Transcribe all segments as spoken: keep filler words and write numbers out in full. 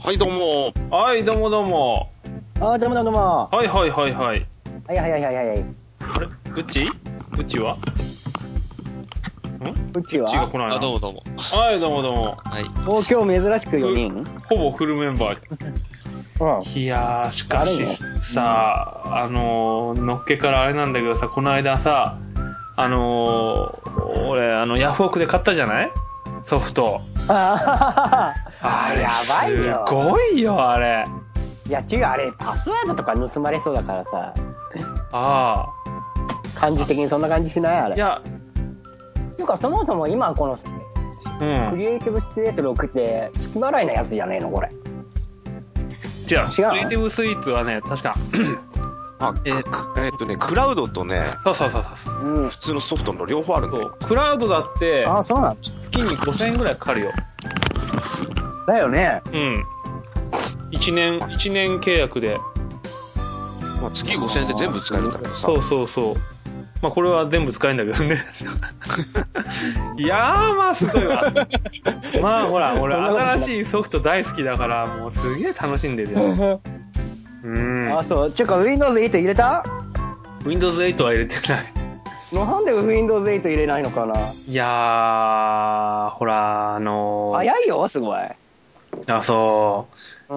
はいどうも。 はいどうもどうも。 あーどうもどうもどうも。 はいはいはいはい。 はいはいはいはいはい。 あれうちうちはんうちはうちが来ないな。 あ、どうもどうも。 はいどうもどうも。 はい。 お今日珍しくよにんほぼフルメンバー。 うん。 いやーしかしあれねさ、うん、あのー、のっけからあれなんだけどさ、この間さ、あのー、俺あのヤフオクで買ったじゃないソフト。 ああれやばいよ。 すごいよあれ。 いや違う、あれパスワードとか盗まれそうだからさ。 ああ。 感じ的にそんな感じしないあれ。 いや。 っていうかそもそも今この、 うん、 クリエイティブスイートろくって月払いのやつじゃねえのこれ。 違う。 違う。 クリエイティブスイーツはね、確か。 あ、えー、えー、っとね、クラウドとね、 そうそうそうそう。 うん。 普通のソフトの両方あるんだよ。 クラウドだって、 あ、そうなん月にごせんえんぐらいかかるよ。 だよね。 うん。いちねん、一年契約で。 まあ、月ごせんえんで全部使えるんだけどさ。 そうそうそう。まあこれは全部使えるんだけどね。いやーまあすごいわ。まあほら、俺新しいソフト大好きだから、もうすげえ楽しんでるよ。うん。 あ、そう。ちゅうか ウィンドウズエイト 入れた？ ウィンドウズエイト は入れてない。 なんで ウィンドウズエイト 入れないのかな。 いやー、ほら、あのー、 早いよ、すごい。 あ、そう。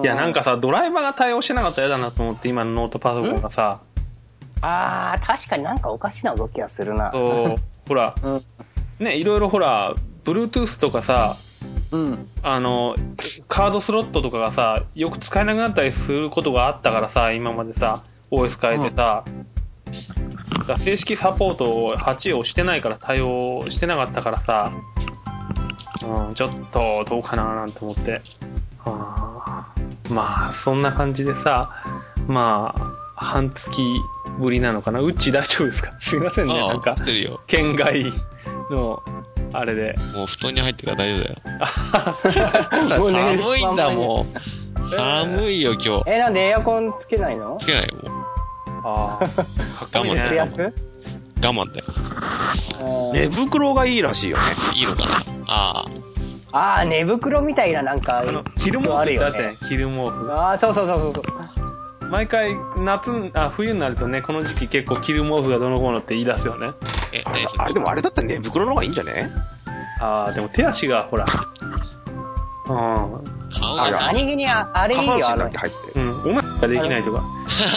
うん、 いや、なんかさ、ドライバーが対応してなかったら嫌だなと思って、今のノートパソコンがさ。 あー、確かになんかおかしな動きがするな。 そう、ほら、うん、ね、いろいろほら、Bluetooth とかさ、 うん、あの、カードスロットとかがさ、よく使えなくなったりすることがあったからさ、今までさ、オーエス 変えてさ、うん、正式サポートをはちをしてないから対応してなかったからさ、うん、ちょっとどうかななんて思って。はあ、まあ、そんな感じでさ、まあ、半月ぶりなのかな。うっち大丈夫ですか？すいませんね、 ああなんか、県外の、あれで。 もう布団に入ってから大丈夫だよ。寒いんだもん。寒いよ今日。 え、なんでエアコンつけないの？ つけないよもう。 ああ、 我慢だよ。我慢だよ。寝袋がいいらしいよね。いいのかな。ああ。ああ、寝袋みたいななんか、あの、着る毛布だってね、着る毛布。 ああ、そうそうそうそう。 毎回、夏、あ、冬になるとね、この時期結構着る毛布がどのこうのって言い出すよね。 え、あれでもあれだったら寝袋の方がいいんじゃね？ ああ、でも手足が、ほら。うん。 顔が何気にあれいいよ、あの。 うん、お前ができないとか。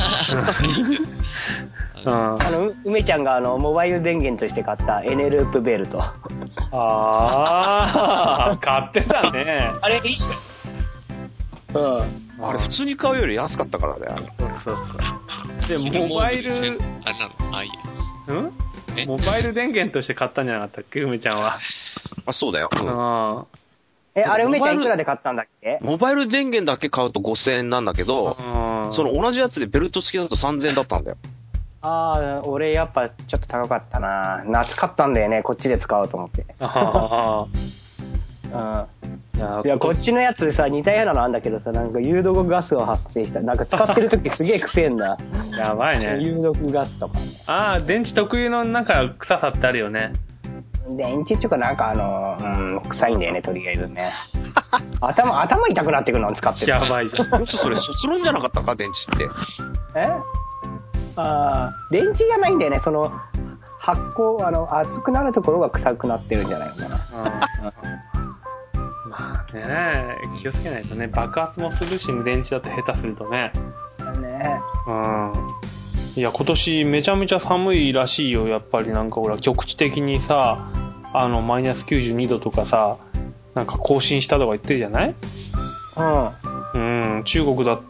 あの、梅ちゃんがあの、モバイル電源として買ったエネループベルト。 ああ、買ってたね。 あれいいよ。 うん。あれ普通に買うより安かったからだよ。 そうそうそう。で、モバイル、 あれなの？あ、いいや。 うんモバイル電源として買ったんじゃなかったっけ、梅ちゃんは。 あ、そうだよ。うん、 あえ、あれ梅ちゃんいくらで買ったんだっけ？ モバイル電源だけ買うとごせんえんなんだけど、その同じやつでベルト付きだとさんぜんえんだったんだよ。 ああ、俺やっぱちょっと高かったな。夏買ったんだよね、こっちで使おうと思って。 ああ。いや、いやこっちのやつさ、似たようなのあんだけどさ、なんか有毒ガスを発生した。なんか使ってる時すげえ臭えんだ。 やばいね。 有毒ガスとかね。 ああ、電池特有のなんか臭さってあるよね。 電池っていうかなんかあの、うん、臭いんだよね、とりあえずね。頭、頭痛くなってくるの使ってる。 やばいじゃん。 それ卒論じゃなかったか、電池って。 えああ、電池じゃないんだよね、その、発酵、あの、熱くなるところが臭くなってるんじゃないのかな。 まあね、気をつけないとね、爆発もするし、ね、電池だって下手するとね。 ね。 うん。いや、今年めちゃめちゃ寒いらしいよ、やっぱりなんかほら、局地的にさ、あの、マイナスきゅうじゅうにどとかさ、なんか更新したとか言ってるじゃない？ うん。 うん、中国だって、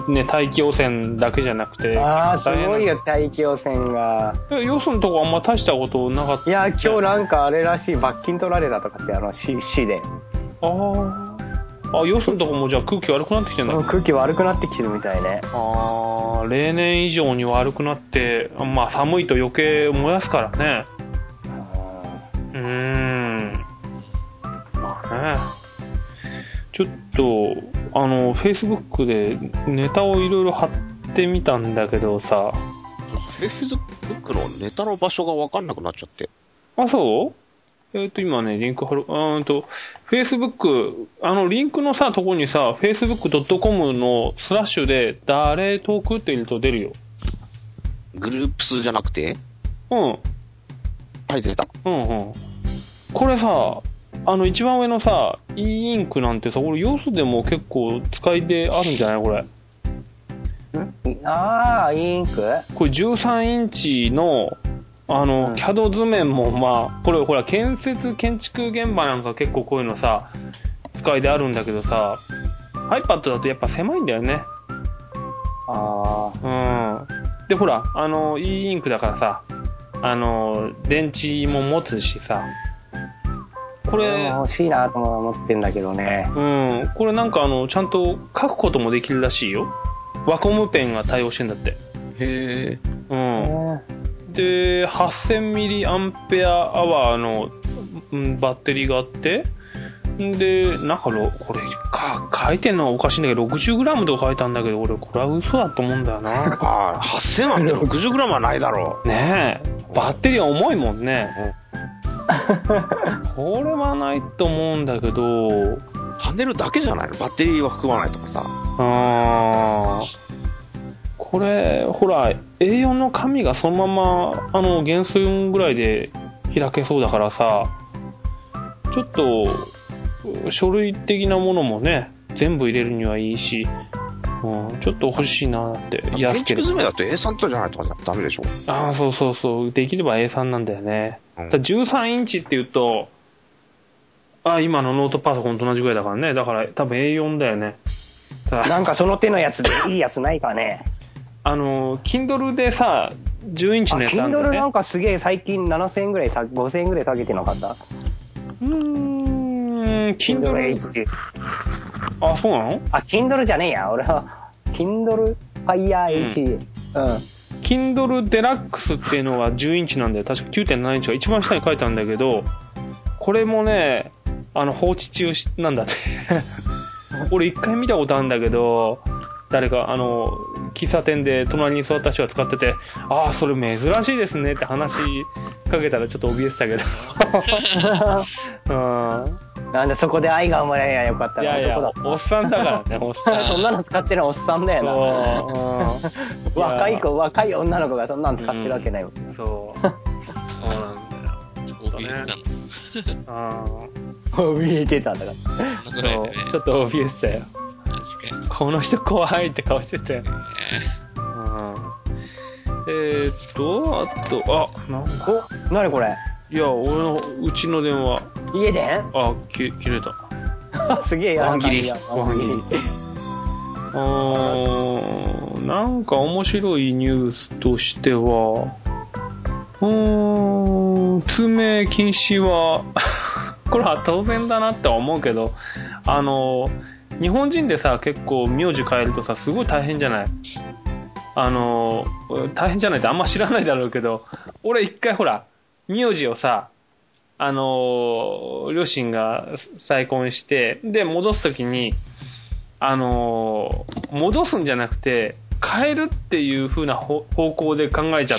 ね、大気汚染だけじゃなくて。 ああ、すごいよ、大気汚染が。 よそのとこあんま大したことなかった。 いや、今日なんかあれらしい、罰金取られたとかって、あの、市、市で。 ああ。あ、よそのとこもじゃあ空気悪くなってきてるんだ。 空気悪くなってきてるみたいね。 ああ、例年以上に悪くなって、まあ寒いと余計燃やすからね。うーん。まあね。ちょっと、あの、Facebook でネタをいろいろ貼ってみたんだけどさ。 Facebook のネタの場所がわかんなくなっちゃって。 あ、そう？ えっ、ー、と、今ね、リンク貼る、あーと、Facebook、あの、リンクのさ、とこにさ、フェイスブックドットコム のスラッシュで、誰トークって入れると出るよ。 グループ数じゃなくて？ うん。 はい、出た。 うんうん。これさ、あの、一番上のさ、e インクなんてさ、これ、ヨスでも結構使いであるんじゃないこれ。 んああ、e インクこれじゅうさんインチの、あの、うん、キャド 図面もまあ、これほら、建設、建築現場なんか結構こういうのさ、使いであるんだけどさ、iPad だとやっぱ狭いんだよね。 ああ。うん。で、ほら、あの、e インクだからさ、あの、電池も持つしさ、これ。 欲しいなと思ってんだけどね。 うん。これなんかあの、ちゃんと書くこともできるらしいよ。ワコムペンが対応してんだって。 へー。うん。で、はっせんミリアンペアアワーの、うん、バッテリーがあって、で、なんかろ、これ、か、書いてんのはおかしいんだけど、ろくじゅうグラム と書いたんだけど、俺、これは嘘だと思うんだよな。 ああ、はっせんあって ろくじゅうグラム はないだろう。ねえ。バッテリーは重いもんね。これはないと思うんだけど、 パネルだけじゃないの？バッテリーは含まないとかさ。 あー。これ、ほら、エーよん の紙がそのまま、あの、原寸ぐらいで開けそうだからさ、ちょっと、書類的なものもね、全部入れるにはいいし、うん、ちょっと欲しいなって、 安ければ。建築詰めだと エースリー とじゃないとダメでしょ？ ああ、そうそうそう。できれば エースリー なんだよね。うん、だじゅうさんインチって言うと、あ、今のノートパソコンと同じぐらいだからね。だから多分 エーよん だよね。 なんかその手のやつでいいやつないかね。 あの、Kindle でさ、じゅうインチのやつあるんだよね。 Kindle なんかすげえ最近ななせんえんぐらい、ごせんえんぐらい下げてなかった？うーん、Kindle H。 あ、そうなの？ あ、Kindle じゃねえや。俺は、Kindle Fire H。うん。うん、 Kindle Deluxe っていうのがじゅうインチなんだよ。確か きゅうてんななインチが一番下に書いてあるんだけど、これもね、あの、放置中なんだって。俺一回見たことあるんだけど、誰か、あの、喫茶店で隣に座った人が使ってて、ああ、それ珍しいですねって話しかけたらちょっと怯えてたけど。 うん、なんでそこで愛が生まれりゃよかったら。 いやいや、おっさんだからね、おっさん。 そんなの使ってるおっさんだよな。若い子、若い女の子がそんなの使ってるわけないもん。 うん、そう。そうなんだよ。ちょっとね。ああ。 怯えてたんだから。 そう、ちょっと怯えてたよ。この人怖いって顔してたよ。うん、えーっと、あと、あ、なんか。 お、なにこれ？ いや、俺の、うちの電話。 家電？ あ、き、切れた。 すげえやワン切り。 ワン切り。 あー、なんか面白いニュースとしては、うーん、通名禁止は、これは当然だなって思うけど、あの、日本人でさ、結構名字変えるとさ、すごい大変じゃない？あの、大変じゃないってあんま知らないだろうけど、俺一回ほら、名字をさ、あの、両親が再婚して、で、戻すときに、あの、戻すんじゃなくて、変えるっていう風な方向で考えちゃって、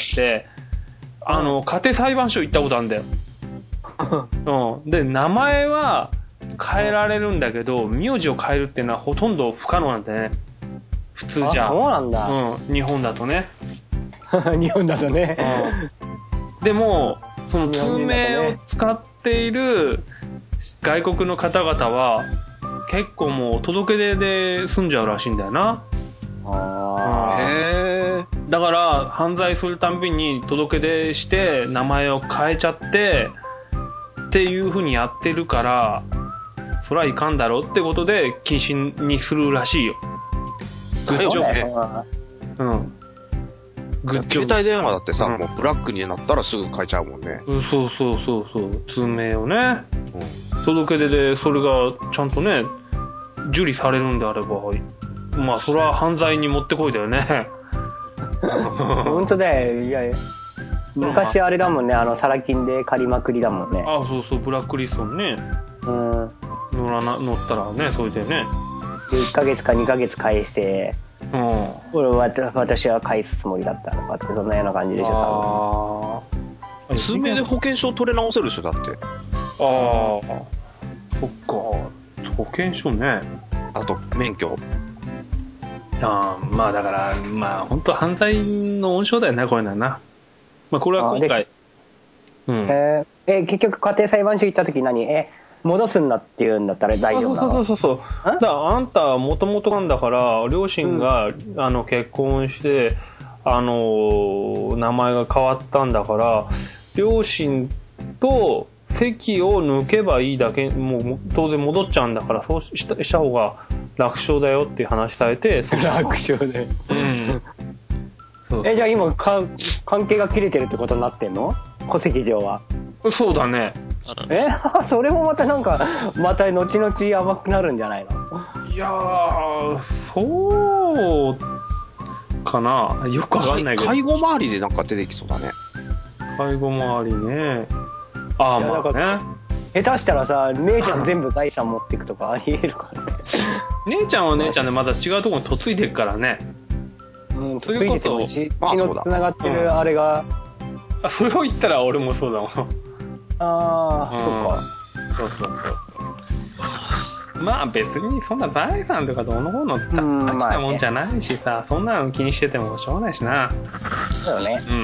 あの、家庭裁判所行ったことあるんだよ。うん。で、名前は、変えられるんだけど、名字を変えるっていうのはほとんど不可能なんだよね。普通じゃ。 あ、そうなんだ。 うん、日本だとね。 日本だとね。 うん、でも、その通名を使っている外国の方々は、結構もう届け出で済んじゃうらしいんだよな。 あー。へー。 だから、犯罪するたんびに届け出して、名前を変えちゃって、っていう風にやってるから、そらいかんだろうってことで禁止にするらしいよ。 グッジョブね。 うん。 グッジョブ。携帯電話だってさ、うん、もうブラックになったらすぐ変えちゃうもんね。 そうそうそうそう。通名をね。うん、届け出でそれがちゃんとね、受理されるんであれば、まあそれは犯罪に持ってこいだよね。 本当だよ。いやいや。昔あれだもんね、あのサラ金で借りまくりだもんね。 あ、そうそう、ブラックリストにね。うん。乗らな、乗ったらね、それでね。 で、いっかげつかにかげつ返して、うん。俺は、私は返すつもりだったとかって、そんなような感じでしょ、 ああ。通名で保険証取れ直せるでしょ、だって。 ああ、そっか。保険証ね。 あと、免許。 ああ、まあだから、まあ本当犯罪の温床だよね、これなな。まあこれは今回。 うん、えー、え、結局家庭裁判所行った時何え、戻すんだって言うんだったら大丈夫なの？ そうそうそうそう。だからあんたはもともとなんだから、両親が、うん、あの結婚して、あの、名前が変わったんだから、両親と籍を抜けばいいだけ、もう当然戻っちゃうんだから、そうした、した方が楽勝だよっていう話されて、 楽勝で。うん。そうそう。え、じゃあ今か、関係が切れてるってことになってんの？戸籍上は。 そうだね。 えそれもまたなんか、また後々甘くなるんじゃないの？ いやー、そうかな。よくわかんないけど。 介護周りでなんか出てきそうだね。 介護周りね。ああ、まあね。 下手したらさ、姉ちゃん全部財産持っていくとかあり得るからね。 姉ちゃんは姉ちゃんでまた違うところに嫁いでいくからね。 うん、それこそ、血の繋がってるあれが、 あ、それを言ったら俺もそうだもん。 ああ、うん、そっか。 そうそうそうそう。まあ別にそんな財産とかどうのこうのって大したもんじゃないしさ、まあね、そんなの気にしててもしょうがないしな。 そうよね。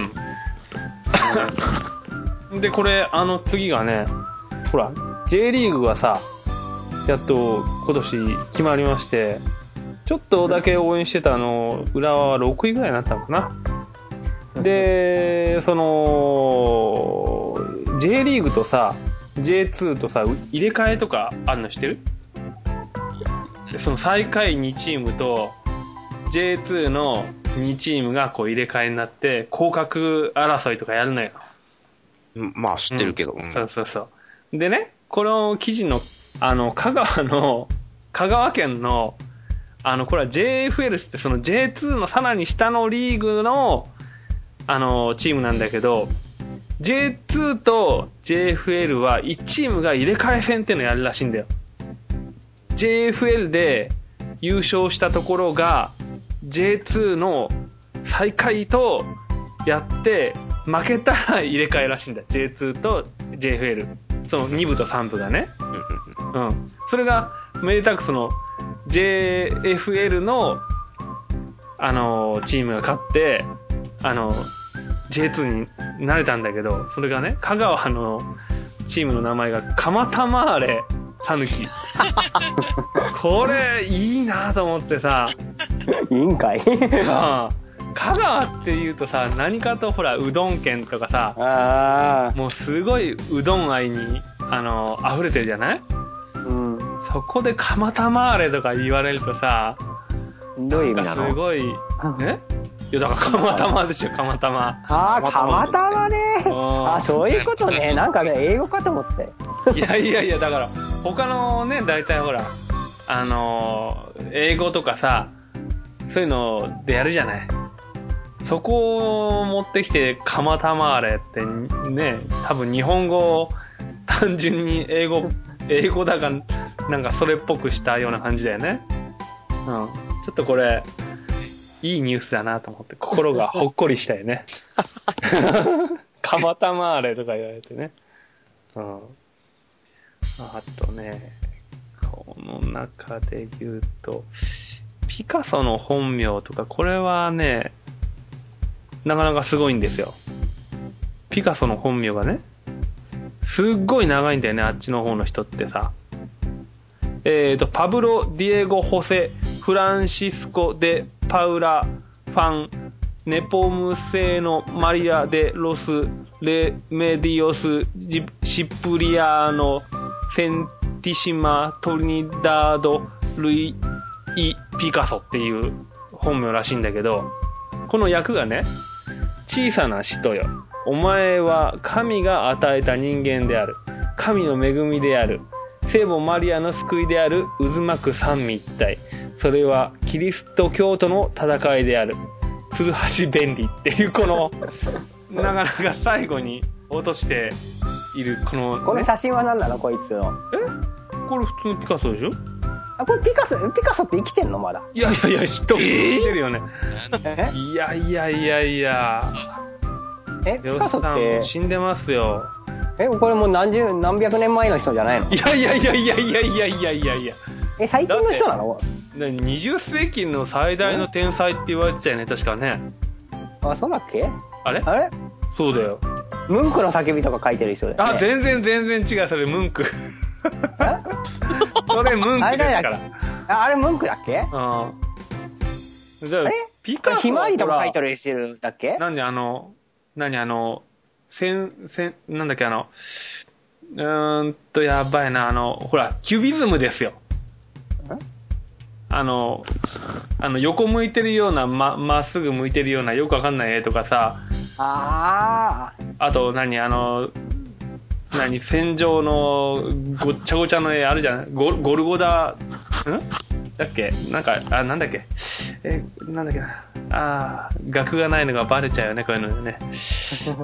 うん。で、これ、あの次がね、ほら、J リーグがさ、やっと今年決まりまして、ちょっとだけ応援してたあの、浦和はろくいぐらいになったのかな。で、その、J リーグとさ、ジェイツー とさ、入れ替えとかあるの知ってる？その最下位にチームと ジェイツー のにチームがこう入れ替えになって降格争いとかやるのよ。 まあ知ってるけど、 うん、そうそうそう。でね、この記事のあの香川の香川県のあのこれは ジェイエフエル ってその ジェイツー のさらに下のリーグのあのチームなんだけど、 ジェイツー と ジェイエフエル はいちチームが入れ替え戦っていうのをやるらしいんだよ。 ジェイエフエル で優勝したところが ジェイツー の最下位とやって負けたら入れ替えらしいんだ。 ジェイツー と ジェイエフエル そのに部とさん部がね、うん、それがめでたくその ジェイエフエル のあのチームが勝ってあの ジェイツー になれたんだけど、それがね、香川のチームの名前が蒲田マーレたぬき。これいいなと思ってさ。 いいんかい。 ああ、香川って言うとさ、何かとほらうどん県とかさ、あもうすごいうどん愛にあの溢れてるじゃない？うん。そこで蒲田マーレとか言われるとさ、 どういう意味なの？ すごいね。いやだから釜玉でしょ、釜玉。 ああ、釜玉ね。あ、そういうことね。なんかね、英語かと思って。 いやいやいや、だから他のね、大体ほらあのー、英語とかさ、そういうのでやるじゃない。そこを持ってきて釜玉あれってね、多分日本語単純に英語英語だがなんかそれっぽくしたような感じだよね。うん。ちょっとこれ。いいニュースだなと思って心がほっこりしたよね。かまたまーれとか言われてね。うん。あとね、この中で言うと、ピカソの本名とか、これはね、なかなかすごいんですよ。ピカソの本名がね、すっごい長いんだよね、あっちの方の人ってさ。えーと、パブロ・ディエゴ・ホセ・フランシスコ・デ・パウラ・ファン・ネポムセーノ・マリア・デ・ロス・レメディオス・シプリアーノ・センティシマ・トリニダード・ルイ・ピカソっていう本名らしいんだけど、この役がね、小さな使徒よ。お前は神が与えた人間である。神の恵みである。聖母マリアの救いである渦巻く三位一体。それはキリスト教との戦いである。ツルハシ便利っていうこのなかなか最後に落としているこの、ね、 この写真は何なのこいつの。 え？これ普通のピカソでしょ？ あ、これピカソ、ピカソって生きてんのまだ？ いやいやいや、知っとる。知ってるよね。え？いやいやいやいや。 え？ピカソって死んでますよ。 え、これもう何十、何百年前の人じゃないの？ いやいやいやいやいやいやいやいやいや。 え、最近の人なの？ にじゅっ世紀の最大の天才って言われてたよね、確かね。 あ、そうだっけ？ あれあれそうだよ。 ムンクの叫びとか書いてる人だよね。 あ、全然全然違う、それムンク。それムンクですから。 あ、あれムンクだっけ？ うん。あれピカソひまわりとか書いてる人だっけ？ なんであの、何あの、せん、せん、なんだっけあの、うーんと、やばいな、あの、ほら、キュビズムですよ。あの、あの、横向いてるような、ま、まっすぐ向いてるような、よくわかんない絵とかさ、 ああ。あと、何、あの、何、戦場のごっちゃごちゃの絵あるじゃん。ゴ、ゴルゴダ、んだっけなんか、あ、なんだっけえ、なんだっけな。あー、額がないのがバレちゃうよね、こういうのでね。うん。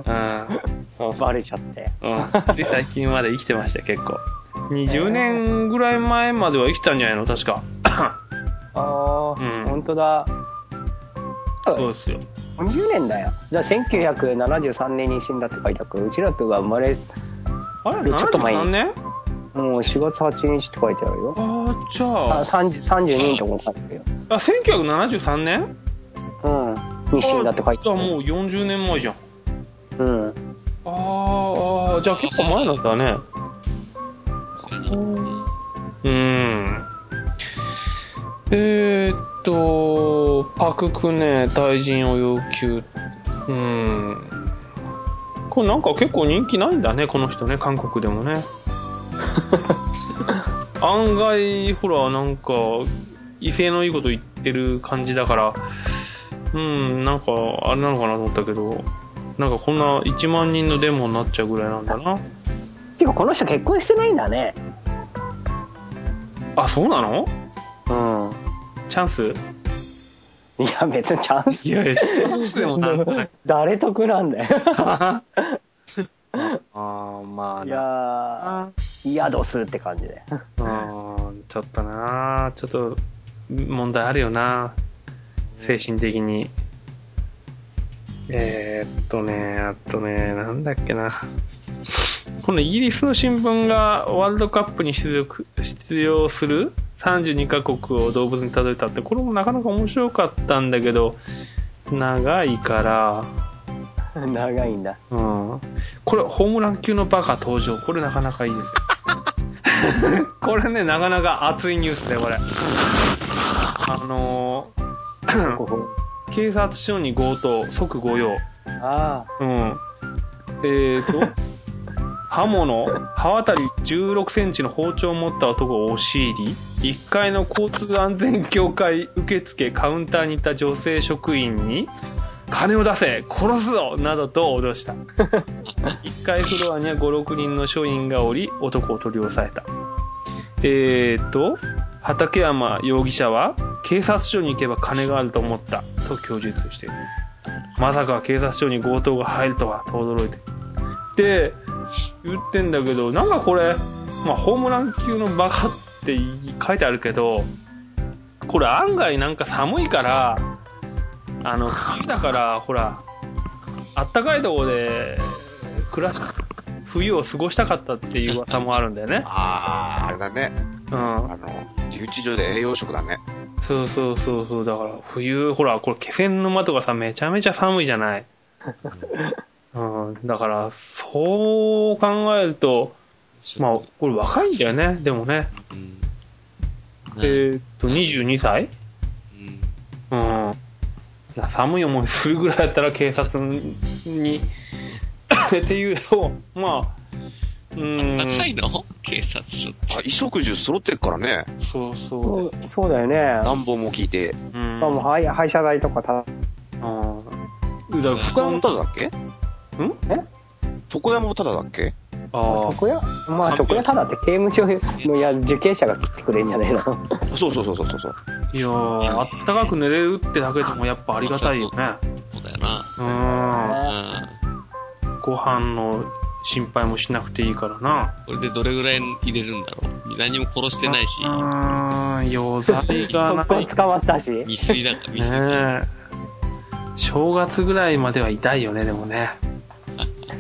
そう。バレちゃって。 うん。つい最近まで生きてましたよ、結構。にじゅうねんぐらい前までは生きたんじゃないの確か。 ああ、うん、ほんとだ。 そうですよ。 よんじゅうねんだよ。じゃあせんきゅうひゃくななじゅうさんねんに死んだって書いてあるから、うちらとが生まれ、 あれちょっと前に。ななじゅうさんねん？ もうしがつはちにちって書いてあるよ。 ああ、じゃあ。 あ、さんじゅう、さんじゅうにのとこ書いてあるよ。 あ、せんきゅうひゃくななじゅうさんねん？ うん。に死んだって書いてある。 じゃあもうよんじゅうねんまえじゃん。 うん。 ああ、じゃあ結構前なんだね。うーん。えーっと、パククネ退陣を要求。うーん。これなんか結構人気ないんだね、この人ね、韓国でもね。案外、ほら、なんか、威勢のいいこと言ってる感じだから、うん、なんか、あれなのかなと思ったけど、なんかこんないちまんにんのデモになっちゃうぐらいなんだな。 てか、この人結婚してないんだね。 あ、そうなの？ うん。 チャンス？ いや、別にチャンス。 いや、チャンスでもなんか誰得なんだよ。 ああ、まあいやー、嫌どすって感じで。 うん、ちょっとなちょっと、問題あるよな精神的に。えー、っとね、あとね、なんだっけな。このイギリスの新聞がワールドカップに出場、出場するさんじゅうにカ国を動物に例えたって、これもなかなか面白かったんだけど、長いから、 長いんだ。 うん。これ、ホームラン級のバカ登場。これなかなかいいですよ。これね、なかなか熱いニュースだよ、これ。あのー、警察署に強盗、即御用。 ああ。うん。えーと、刃物、刃渡りじゅうろくセンチの包丁を持った男を押し入り、いっかいの交通安全協会受付カウンターにいた女性職員に、金を出せ殺すぞなどと脅した。いっかいフロアにはご、ろくにんの署員がおり、男を取り押さえた。えーと、畠山容疑者は、警察署に行けば金があると思ったと供述している。まさか警察署に強盗が入るとはと驚いてで言ってんだけど、なんかこれ、まあ、ホームラン級のバカって書いてあるけど、これ案外なんか寒いから、あの冬だからほら、あったかいところで暮らし冬を過ごしたかったっていう噂もあるんだよね。 ああ、あれだね。 うん。 あの留置場で栄養食だね。 そうそうそうそう、だから冬、ほらこれ気仙沼とかさ、めちゃめちゃ寒いじゃない。うん、だからそう考えると、まあこれ若いんだよね、でもね。うん、えー、っとにじゅうにさい。うん。うん。寒い思いするぐらいだったら警察にっていうと、まあ。 うん。高いの？警察署って。あ、衣食住揃ってるからね。 そうそう。 そう、そうだよね。 暖房も効いて。 うん。まあ、もう廃車代とかただ。 ああ。だから福山もただだっけ？ん？ え？ 床屋もただだっけ？ ああ。床屋？まあ床屋ただって刑務所のや受刑者が切ってくれるんじゃないの？ そうそうそうそうそう。 いやー、あったかく寝れるってだけでもやっぱありがたいよね。 そうだよな。 うん。ご飯の心配もしなくていいからな。 これでどれぐらい入れるんだろう。何も殺してないし。 うーん、余罪がない。 そこ捕まったし。 未遂だから、未遂。 ねえ。正月ぐらいまでは痛いよね、でもね。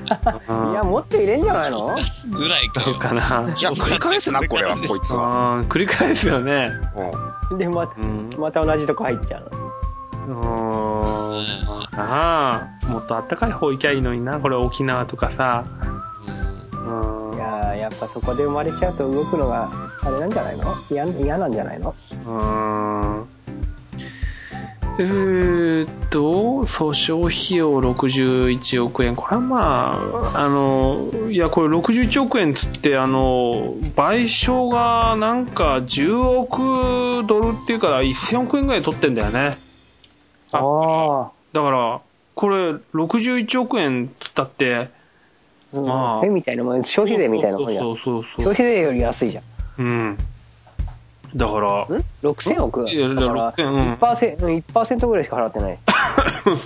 いや、もっと入れんじゃないのぐらいかどうかな。 いや、繰り返すな、これは、こいつは。 あー繰り返すよね。 で、ま、 うん。 また同じとこ入っちゃうの。 うーん。ああ、もっとあったかい方行きゃいいのにな、これ沖縄とかさ。うん。 いや、やっぱそこで生まれちゃうと動くのが、あれなんじゃないの？嫌、嫌なんじゃないの？ うーん。えーっと、訴訟費用ろくじゅういちおくえん。これはまあ、あの、いや、これろくじゅういちおくえんつって、あの、賠償がなんかじゅうおくドルっていうからせんおくえんぐらい取ってんだよね。 ああ。 だから、これろくじゅういちおくえんつったって、 うん、 まあ。 えみたいなもん、消費税みたいなもんや。 そうそうそうそう。 消費税より安いじゃん。 うん。だから、 ん ?ろくせんおく？ いや、だからろくせん、うん。 いちパーセント、いちパーセントぐらいしか払ってない。 そう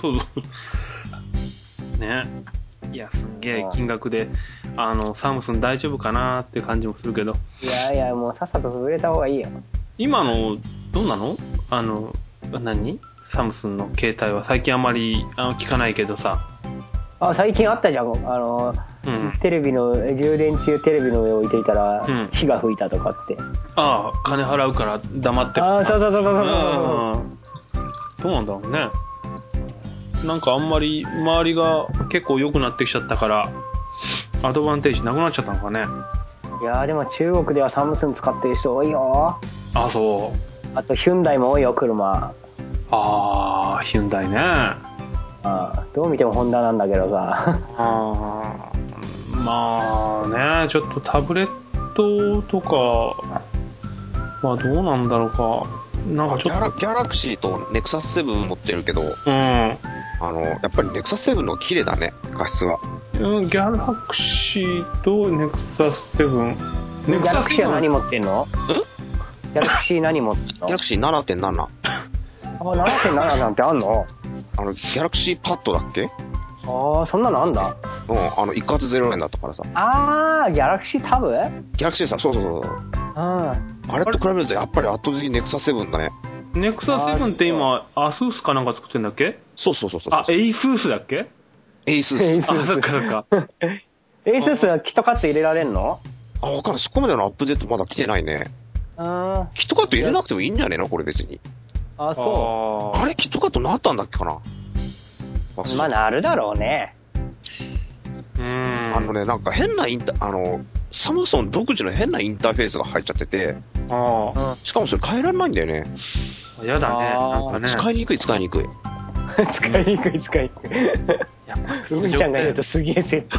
そうね。いや、すんげえ金額で、あの、サムスン大丈夫かなって感じもするけど。 いやいや、もうさっさと潰れた方がいいよ。 今の、どうなの？あの、何？サムスンの携帯は最近あんまりあの聞かないけどさ。 あ、最近あったじゃん。あの、うん、テレビの、充電中テレビの上置いていたら、うん、火が吹いたとかって。 ああ、金払うから黙ってる。 ああ、そうそうそうそうそう。 どうなんだろうね。なんかあんまり周りが結構良くなってきちゃったから、アドバンテージなくなっちゃったのかね。 いやーでも中国ではサムスン使ってる人多いよ。 あ、そう。 あとヒュンダイも多いよ、車。 ああ、ヒュンダイね。 あどう見てもホンダなんだけどさ。 あまあね、ちょっとタブレットとか、まあどうなんだろうか。なんかちょっとギャラクシーとネクサスセブン持ってるけど、うん、あのやっぱりネクサスセブンの綺麗だね、画質は。 うん、ギャラクシーとネクサスセブン。 ギャラクシーは何持ってんの？ん？ギャラクシー何持ってんの？ ギャラクシー ななてんなな。 あ、ななてんなな なんてあんの？ あのギャラクシーパッドだっけ？ ああ、そんなのあんだ。 うん、あの一括ゼロえんだったからさ。 ああ、ギャラクシータブ？ギャラクシーさ、そうそうそう。うん。あれと比べるとやっぱり圧倒的にネクサセブンだね。 ネクサセブンって今アスースかなんか作ってんだっけ？ そうそうそうそう。 あ、エイスースだっけ？ エイスース。 エイスース。 あ、そっかそっか。 エイスースはキットカット入れられんの？ あ、わかんない。そこまでのアップデートまだ来てないね。あキットカット入れなくてもいいんじゃねえのこれ別に。 あ、そう。 あれキットカットなったんだっけかな。 まあなるだろうね。 うーん。 あのね、なんか変なインタ、あの、サムソン独自の変なインターフェースが入っちゃってて、あしかもそれ変えられないんだよね。 やだね。なんかね。 使いにくい使いにくい。 使いにくい使いにくい。やっぱ海ちゃんが言うとすげえセット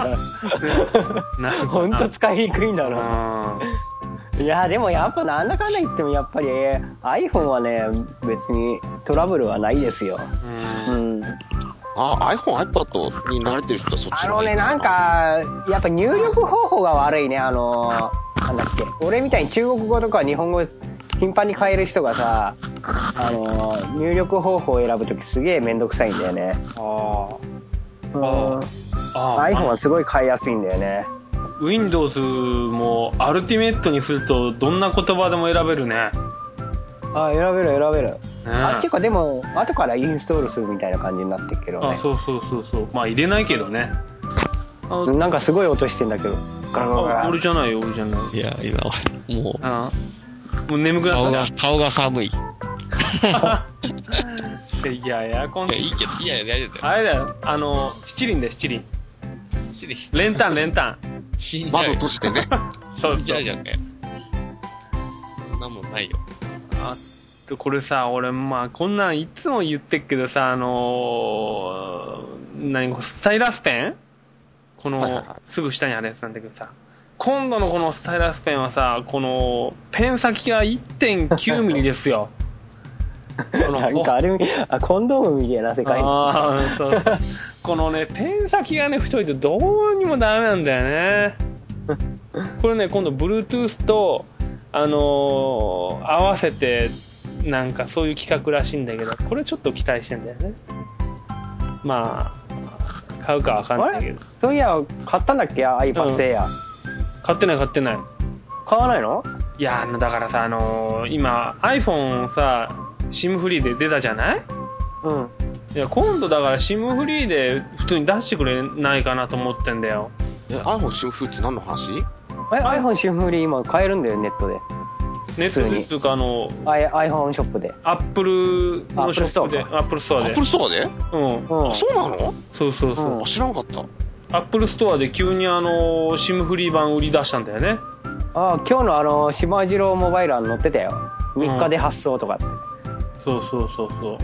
な。ほんと使いにくいんだろう。いやでもやっぱなんだかんだ言ってもやっぱり iPhone はね別にトラブルはないですよ。うん。 あ、iPhone、iPad に慣れてる人はそっちの方がいい。 あのね、なんか、やっぱ入力方法が悪いね、あの、なんだっけ。俺みたいに中国語とか日本語頻繁に変える人がさ、あの、入力方法を選ぶときすげえめんどくさいんだよね。ああ。うん。iPhone はすごい変えやすいんだよね。 Windows もアルティメットにするとどんな言葉でも選べるね。 あ、選べる選べる、ね、あっていうかでも後からインストールするみたいな感じになってるけどね。 あ、そうそうそうそう。まあ入れないけどね。 なんかすごい音してんだけど。 ガラガラガラ。俺じゃないよ、俺じゃない。 いや、今もうあもう眠くなった。 顔が顔が寒い。 いや、エアコン。 いや、いいけど、いや、大丈夫だよ。 あれだよ、あの七輪で七輪。 七輪。 練炭練炭。 窓閉じてね。 そうそう。 じゃじゃんかよ。そんなもんないよ。 あとこれさ、俺まあこんなんいつも言ってっけどさ、あのー、何スタイラスペンこの、はいはいはい、すぐ下にあるやつなんだけどさ、今度のこのスタイラスペンはさ、このペン先が いってんきゅうミリですよ。 なんかあれあコンドームみたいな世界。 あそうこのねペン先がね太いとどうにもダメなんだよね。これね今度 Bluetooth とあのー、合わせてなんかそういう企画らしいんだけど、これちょっと期待してんだよね。まあ買うかわかんないけど。 そういや買ったんだっけ iPad Air、うん、 買ってない買ってない。 買わないの？ いやだからさあのー、今 iPhone さ SIM フリーで出たじゃない？ うん。 いや、今度だから SIM フリーで普通に出してくれないかなと思ってんだよ。 え、iPhone シムフリーって何の話？ え、iPhone シムフリー今買えるんだよ、ネットで。 ネットでっていうか、あの、 iPhone ショップで。 Apple のショップで、Apple ストアで。 Apple ストアで？ うん。 あ、そうなの？ そうそうそう。 うん、知らなかった。 Apple ストアで急にあの、SIM フリー版売り出したんだよね。 ああ、今日のあの、島次郎モバイルは載ってたよ。みっかで発送とかって。うん、 そうそうそうそう。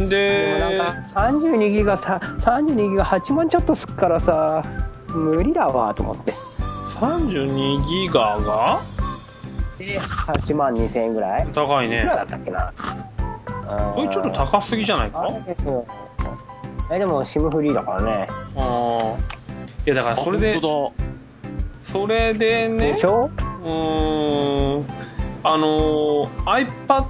で、 でもなんかさんじゅうにギガさ、さんじゅうにギガはちまんちょっとすっからさ、無理だわと思って。 さんじゅうにギガがで、はちまんにせんえんぐらい？ 高いね。 いくらだったっけな。 これちょっと高すぎじゃないか？ え、でも SIM フリーだからね。 ああ。いやだからそれで、それでね。 でしょ？ うーん。あの、iPad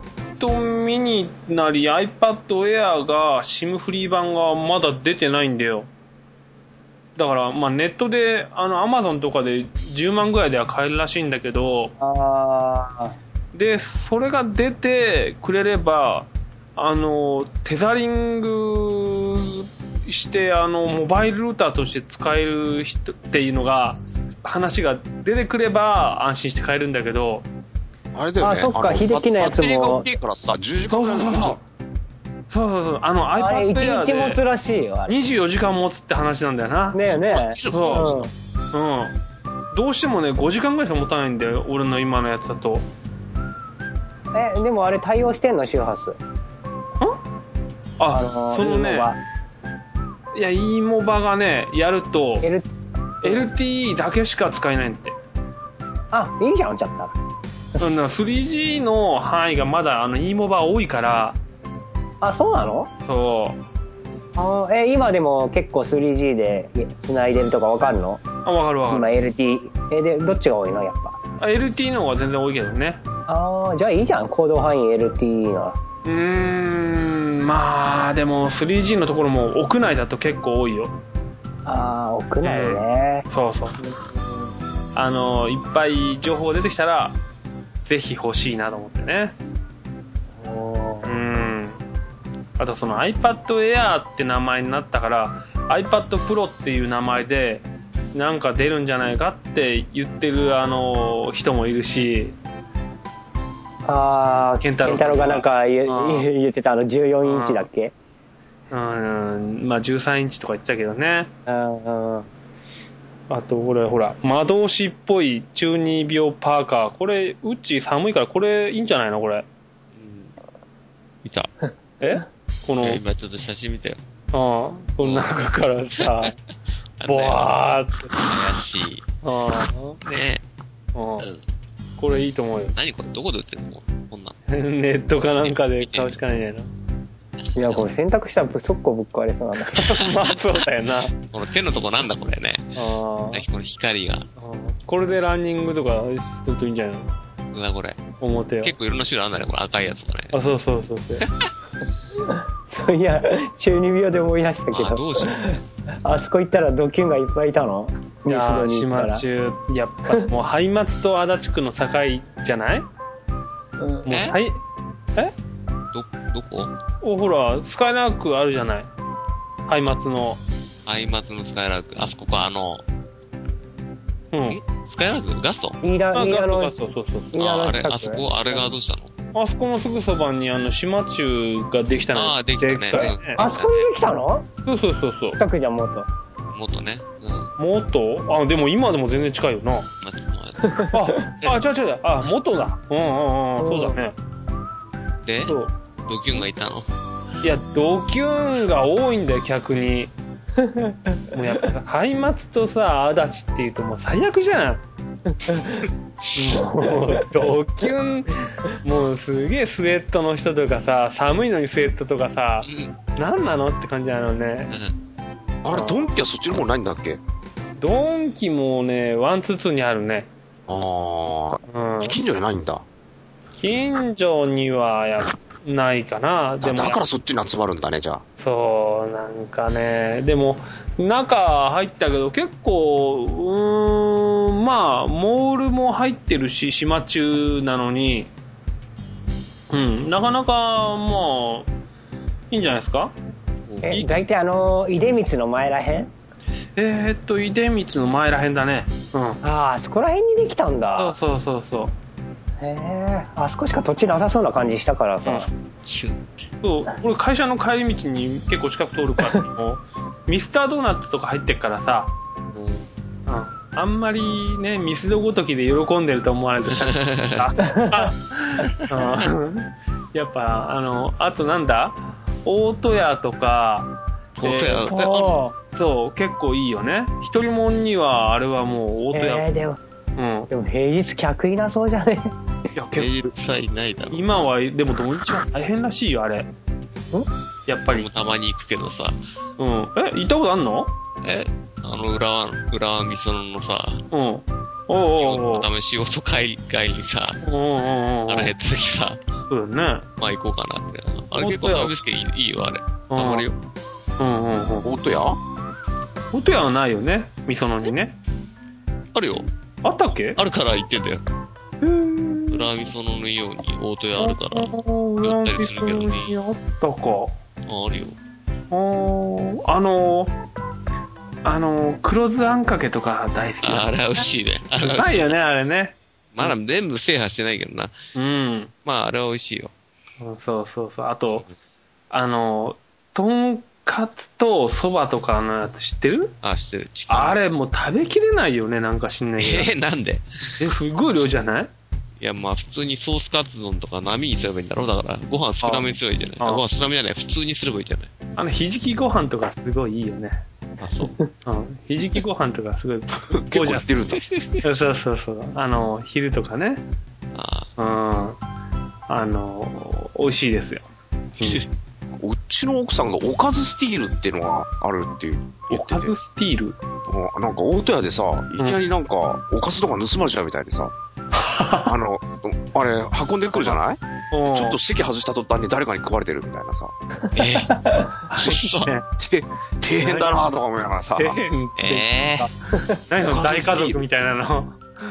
mini なり iPad Air が SIM フリー版がまだ出てないんだよ。だから、まあ、ネットで、あの、Amazon とかでじゅうまんぐらいでは買えるらしいんだけど、 あで、それが出てくれれば、あの、テザリングして、あの、モバイルルーターとして使える人っていうのが、話が出てくれば安心して買えるんだけど、 あれだよね。 あ、そっか、秀樹のやつも。 バッテリーが大きいからさ、じゅうじかんぐらい持つ。 そうそうそう。あの iPad Air で。 いちにち持つらしいよ、あれ。 にじゅうよじかん持つって話なんだよな。 ねえねえ。 そう。うん。うん。どうしてもね、ごじかんぐらいしか持たないんだよ、俺の今のやつだと。 え、でもあれ対応してんの、周波数。ん？ あ、あのー、そのね、いや、e モバがね、やると、L、エルティーイー だけしか使えないんだって。 あ、いいじゃん、ちゃったら。 スリージー の範囲がまだあの e モバ多いから。 あ、そうなの？ そう。 あ、え、今でも結構 スリージー で繋いでるとかわかるの？ あ、わかるわかる。 今 エルティー、え、で、どっちが多いのやっぱ。 あ、エルティー の方が全然多いけどね。 ああ、じゃあいいじゃん、行動範囲 エルティー なら。 うーん、まあ、でも スリージー のところも屋内だと結構多いよ。 ああ、屋内ね、 えー。そうそう。あの、いっぱい情報出てきたら、ぜひ欲しいなと思ってね。うん。あとその iPad Air って名前になったから iPad Pro っていう名前でなんか出るんじゃないかって言ってるあの人もいるし。 ああ、ケンタロウがなんか言言ってたあのじゅうよんインチだっけ？ うん、まあじゅうさんインチとか言ってたけどね。 うんうん。 あとこれほら魔導士っぽい中二病パーカー、これうっち寒いからこれいいんじゃないのこれ。うん、 見た。 え？この今ちょっと写真見たよ。 ああ、この中からさボワーって怪しい。 ああねえ、うん、これいいと思うよ。 何これどこで売ってるのこんなネットかなんかで買うしかないんだよな。 いや、これ洗濯したら速攻ぶっ壊れそうなんだまあそうだよな。 この手のとこなんだこれね。ああ。この光が。 これでランニングとかするといいんじゃないの？ うわ、これ。 表よ。 結構いろんな種類あんだね、これ赤いやつとかね。 あ、そうそうそうそう。 そういや、中二病で思い出したけど。 あ、どうしよう。 あそこ行ったらドキュンがいっぱいいたの？ いやー、島中、やっぱもう、ハ松と足立区の境じゃない？ うん、もうはい、えど、どこ？ お、ほら、スカイラークあるじゃない。ハ松の。 ハ松のスカイラーク。あそこか、あの、 うん。 スカイラークガスト？ 飯田、飯田の、 ガスト、そうそうそう。 あ、あれ、あそこ、あれがどうしたの？ あそこのすぐそばにあの島中ができたの。 ああ、できたね。 であそこにできたの？ そうそうそうそう。 近くじゃん、もっと。 もっとね。 うん。もっと？あ、でも今でも全然近いよな。あ、あ、違う違う。あ、元だ。うんうんうん。そうだね。 で、ドキュンがいたの？ いや、ドキュンが多いんだよ、逆に。もうやっぱ、ハイマツとさ、足立っていうともう最悪じゃん。もう、ドキュン、もうすげえスウェットの人とかさ、寒いのにスウェットとかさ、うん、何なのって感じなのね。 うん、あれ、ドンキはそっちの方ないんだっけ？ ドンキもね、ワンツーツーにあるね。 ああ、うん、近所にないんだ。 近所にはやないかな。 でもだからそっちに集まるんだね、じゃあ。 そう、なんかね、でも、中入ったけど結構、うーん、まあ、モールも入ってるし、島中なのに、うん、なかなか、まあ、 いいんじゃないですか。 え、大体あの出光の前らへん？ えー、っと出光の前らへんだね。うん。 ああ、そこら辺にできたんだ。 そうそうそうそう。 へえ、あそこしか土地なさそうな感じしたからさ。うん、 そう、俺会社の帰り道に結構近く通るからもミスタードーナツとか入ってっからさ、うん、うん、あんまりねミスドごときで喜んでると思わないとしたらやっぱあのあとなんだ大戸屋とか大戸屋、えー、そう結構いいよね。一人もんにはあれはもう大戸屋、 えー、でも、 うん、 でも平日客いなそうじゃね。 いや、平日はいないだろう。 今は、でも土日は大変らしいよ、あれ。んやっぱり。 もたまに行くけどさ。 うん。え、行ったことあんの？ えあの、浦和、浦和美園のさ。 うん。おうおうおう。 ため仕事帰りにさ。 おうおうおう。 腹減った時さ。 そうだね。 まあ行こうかなって。あれ結構サービス券いいよ、あれ。たまるよ。 うんうんうん。 大戸屋？ 大戸屋はないよね。美園にね。 あるよ。 あったっけ？ あるから行ってんだよ。へー。浦和美園のように大戸屋あるから寄ったりするけどね。 あったか。 あるよ。 ああのあの黒酢あんかけとか大好きだ。 あれは美味しいね。 あれうまいよねあれね。 まだ全部制覇してないけどな。 うん。 まああれは美味しいよ。 そうそうそう。あとあのとんかつとそばとかのやつ知ってる？ あ、知ってる。 あれもう食べきれないよね、なんか知んないけど。 えー、なんで？ え、すごい量じゃない？ いや、まあ普通にソースカツ丼とか波にすればいいんだろう。だからご飯少なめにすればいいじゃない。ご飯少なめじゃない。普通にすればいいじゃない。 あのひじきご飯とかすごいいいよね。 あ、そう。 うん。ひじきご飯とかすごい結構やってるんだ。 そうそうそう。あの昼とかね。ああ。うん。あの美味しいですよ。 うちの奥さんがおかずスティールっていうのがあるって言ってて。 おかずスティール？ なんか大戸屋でさ、いきなりなんかおかずとか盗まれちゃうみたいでさ、あの、あれ運んでくるじゃない？ちょっと席外した途端に誰かに食われてるみたいなさ。えー、そう。底辺だなとか思いながらさ。 底辺って。えー、何その大家族みたいなの。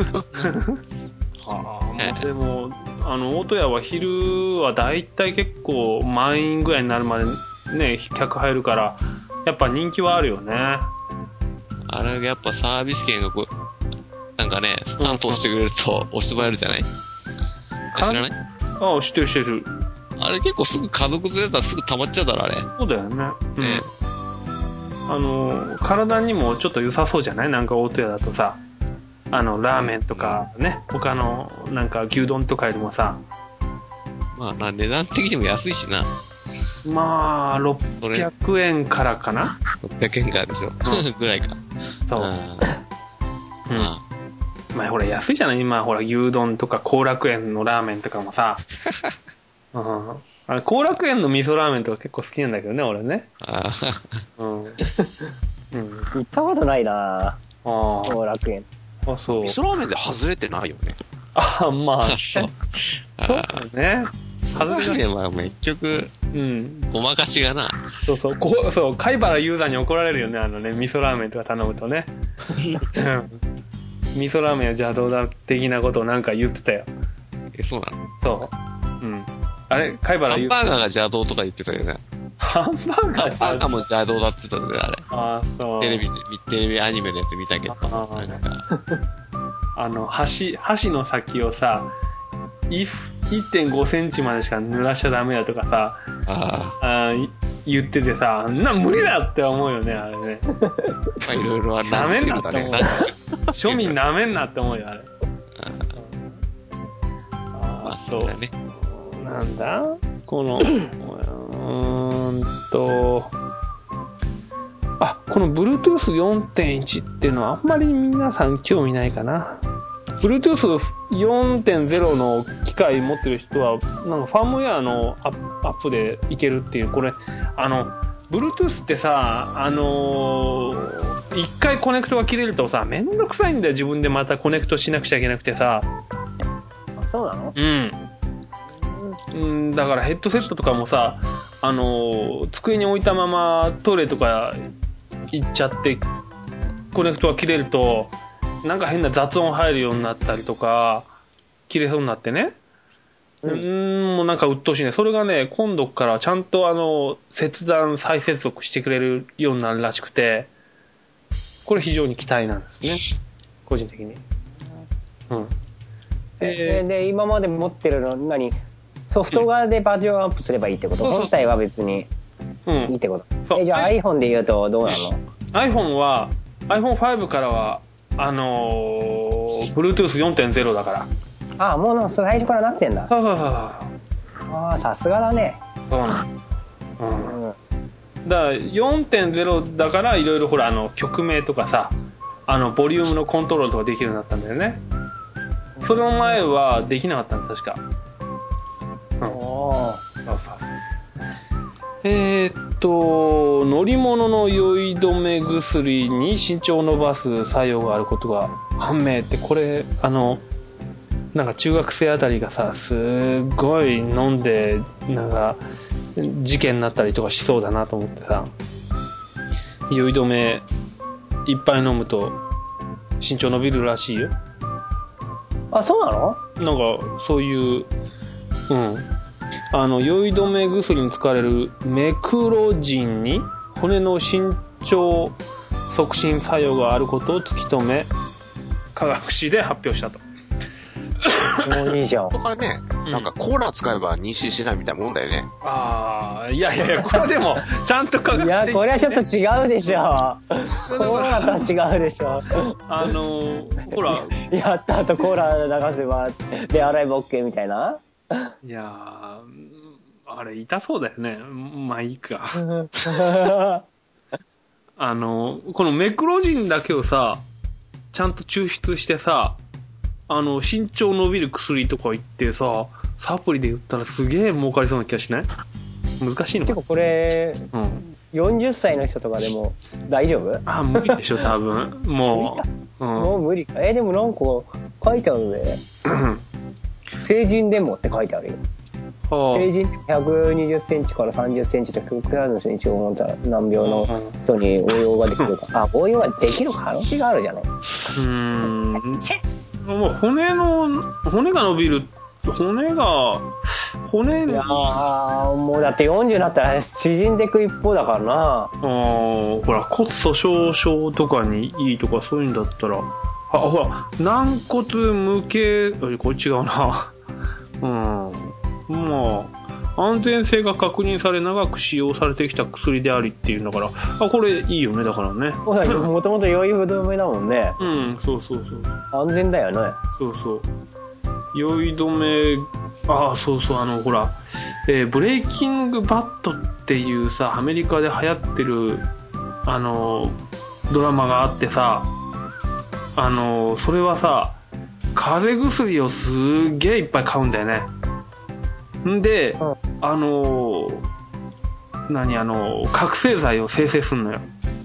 はあ、でも、あの、大戸屋は昼はだいたい結構満員ぐらいになるまでね、客入るから、やっぱ人気はあるよね。 あれやっぱサービス券がこう、なんかね、担当してくれると押してもらえるじゃない？知らない？ ああ、知ってる知ってる。 あれ結構すぐ家族連れだったらすぐ溜まっちゃうだろ、あれ。 そうだよね。うん。ね、あの、体にもちょっと良さそうじゃない？なんか大戸屋だとさ。あのラーメンとかね、他のなんか牛丼とかよりもさ、 まあ値段的にも安いしな。 まあろっぴゃくえんからかな。 ろっぴゃくえんからでしょ。ぐらいか。 そう。うん。まあほら安いじゃない。今ほら牛丼とか後楽園のラーメンとかもさ。うん。あれ後楽園の味噌ラーメンとか結構好きなんだけどね、俺ね。ああ。うん。うん。 行ったことないな。後楽園。 あ、そう。 味噌ラーメンで外れてないよね。 あ、まあ、 そう。 そうだね。 外れね、まあ結局、うん。ごまかしがな。 そうそう、こう、そう、貝原ユーザーに怒られるよね、あのね、味噌ラーメンとか頼むとね。味噌ラーメンは邪道だ的なことをなんか言ってたよ。 え、そうなの？ そう。うん。あれ貝原ユーザー。 ハンバーガーが邪道とか言ってたよね。 ハンバーガー邪道？ハンバーガーも邪道だって言ってたよね、あれ。 ああ、そう。 テレビ、テレビアニメのやつ見たけど。あなんかあの、箸、箸の先をさ、いってんごセンチまでしか濡らしちゃダメだとかさ、ああ言っててさ、な、無理だって思うよね、あれね。 まあいろいろはなめんなって思う。庶民なめんなって思うよ、あれ。ああ、そう。ね、なんだこの、うーんと、あ、この ブルートゥースよんてんいち っていうのはあんまり皆さん興味ないかな。ブルートゥースよんてんゼロ の機械持ってる人は、なんかファームウェアのアップでいけるっていう、これ、あの、Bluetooth ってさ、あのー、一回コネクトが切れるとさ、めんどくさいんだよ、自分でまたコネクトしなくちゃいけなくてさ。 あ、そうなの？ うん。うん、だからヘッドセットとかもさ、あのー、机に置いたままトイレとか行っちゃってコネクトが切れるとなんか変な雑音入るようになったりとか切れそうになってね、 うーん、もうなんか鬱陶しいね。それがね、今度からちゃんとあの、切断、再接続してくれるようになるらしくて、これ非常に期待なんですね。個人的に。うん。 で、で今まで持ってるの何ソフト側でバージョンアップすればいいってこと、うん、本体は別にいいってこと、うん、えじゃあ iPhone で言うとどうなの？ iPhone は アイフォンファイブ からはあのー、Bluetooth よんてんゼロ だから。 ああ、もう最初からなってんだ。 そうそうそうそう。 ああ、さすがだね。 そうなの。うん。うん、だから よんてんゼロ だからいろいろほらあの曲名とかさ、あのボリュームのコントロールとかできるようになったんだよね。その前はできなかったんだ確か。うん。そうそうそう。えー、っと乗り物の酔い止め薬に身長を伸ばす作用があることが判明って、これあのなんか中学生あたりがさすごい飲んでなんか事件になったりとかしそうだなと思ってさ、酔い止めいっぱい飲むと身長伸びるらしいよ。 あ、そうなの？ なんかそういううんあの酔い止め薬に使われるメクロジンに骨の身長促進作用があることを突き止め科学誌で発表したと。 もういいじゃん。 とかね、なんかコーラ使えば妊娠しないみたいなもんだよね。 ああ、いやいやいや、これでもちゃんと科学的に、ね、 いやこれはちょっと違うでしょ。コーラとは違うでしょ。 あのー、ほらやった後コーラ流せばで洗えば OK みたいな。 いやーあれ痛そうだよね。まあいいか。あのこのメクロジンだけをさちゃんと抽出してさ、あの身長伸びる薬とか言ってさサプリで売ったらすげえ儲かりそうな気がしない？難しいのか。 結構これ、うん、よんじゅっさいの人とかでも大丈夫？ あ無理でしょ多分。もう、うん、もう無理か。えでもなんか書いてあるね。成人でもって書いてあるよ。成人ひゃくにじゅっセンチからさんじゅっセンチと極端な身長を持った難病の人に応用ができるか。あ、応用ができる可能性があるじゃない。うーん。もう骨の骨が伸びる骨が骨いやもうだってよんじゅうになったら縮んでいく一方だからな。 あほら骨粗しょう症とかにいいとかそういうんだったら、あほら軟骨無形これ違うな。うんまあ安全性が確認され長く使用されてきた薬でありっていうんだから、あこれいいよね。だからねもともと酔い止めだもんね。 うんそうそうそう安全だよね。 そうそう酔い止めああそうそうあのほら、えー、ブレイキングバットっていうさアメリカで流行ってるあのドラマがあってさ、あのそれはさ風邪薬をすげえいっぱい買うんだよね。んで、うん、あの何あの覚醒剤を生成すんのよ。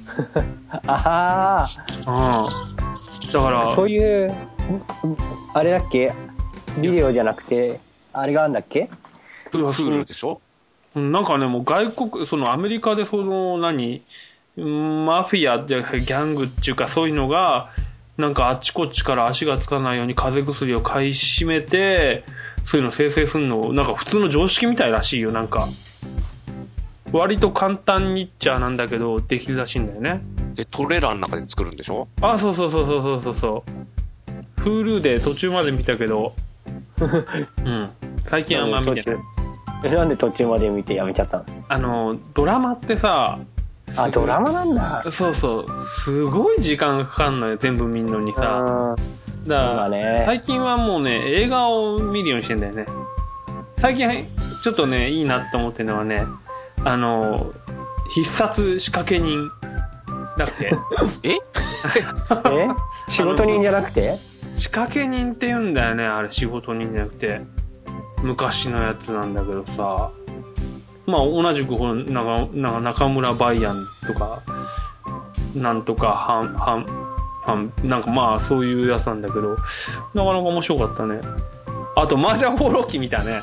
ああだからそういうあれだっけビデオじゃなくてあれがあるんだっけ？ それはすぐでしょ。なんかねもう外国そのアメリカでその何マフィアじゃギャングっていうかそういうのがなんかあっちこっちから足がつかないように風邪薬を買い占めてそういうの生成するのなんか普通の常識みたいらしいよ。なんか割と簡単にっちゃなんだけどできるらしいんだよね。 でトレーラーの中で作るんでしょ？ あそうそうそうそうそうそう Hulu で途中まで見たけどうん最近あんま見てない。 えなんで途中まで見てやめちゃったの？ あのドラマってさあドラマなんだ。 そうそうすごい時間かかんのよ全部見んのにさ。だからね、最近はもうね映画を見るようにしてんだよね。最近ちょっとねいいなって思ってるのはねあの必殺仕掛け人だっけええ仕事人じゃなくて仕掛け人って言うんだよね。あれ仕事人じゃなくて昔のやつなんだけどさ、まあ同じくほらなんかなんか中村バイアンとかなんとかハンハンなんかまあそういうやつなんだけどなかなか面白かったね。あと麻雀放浪記見たね。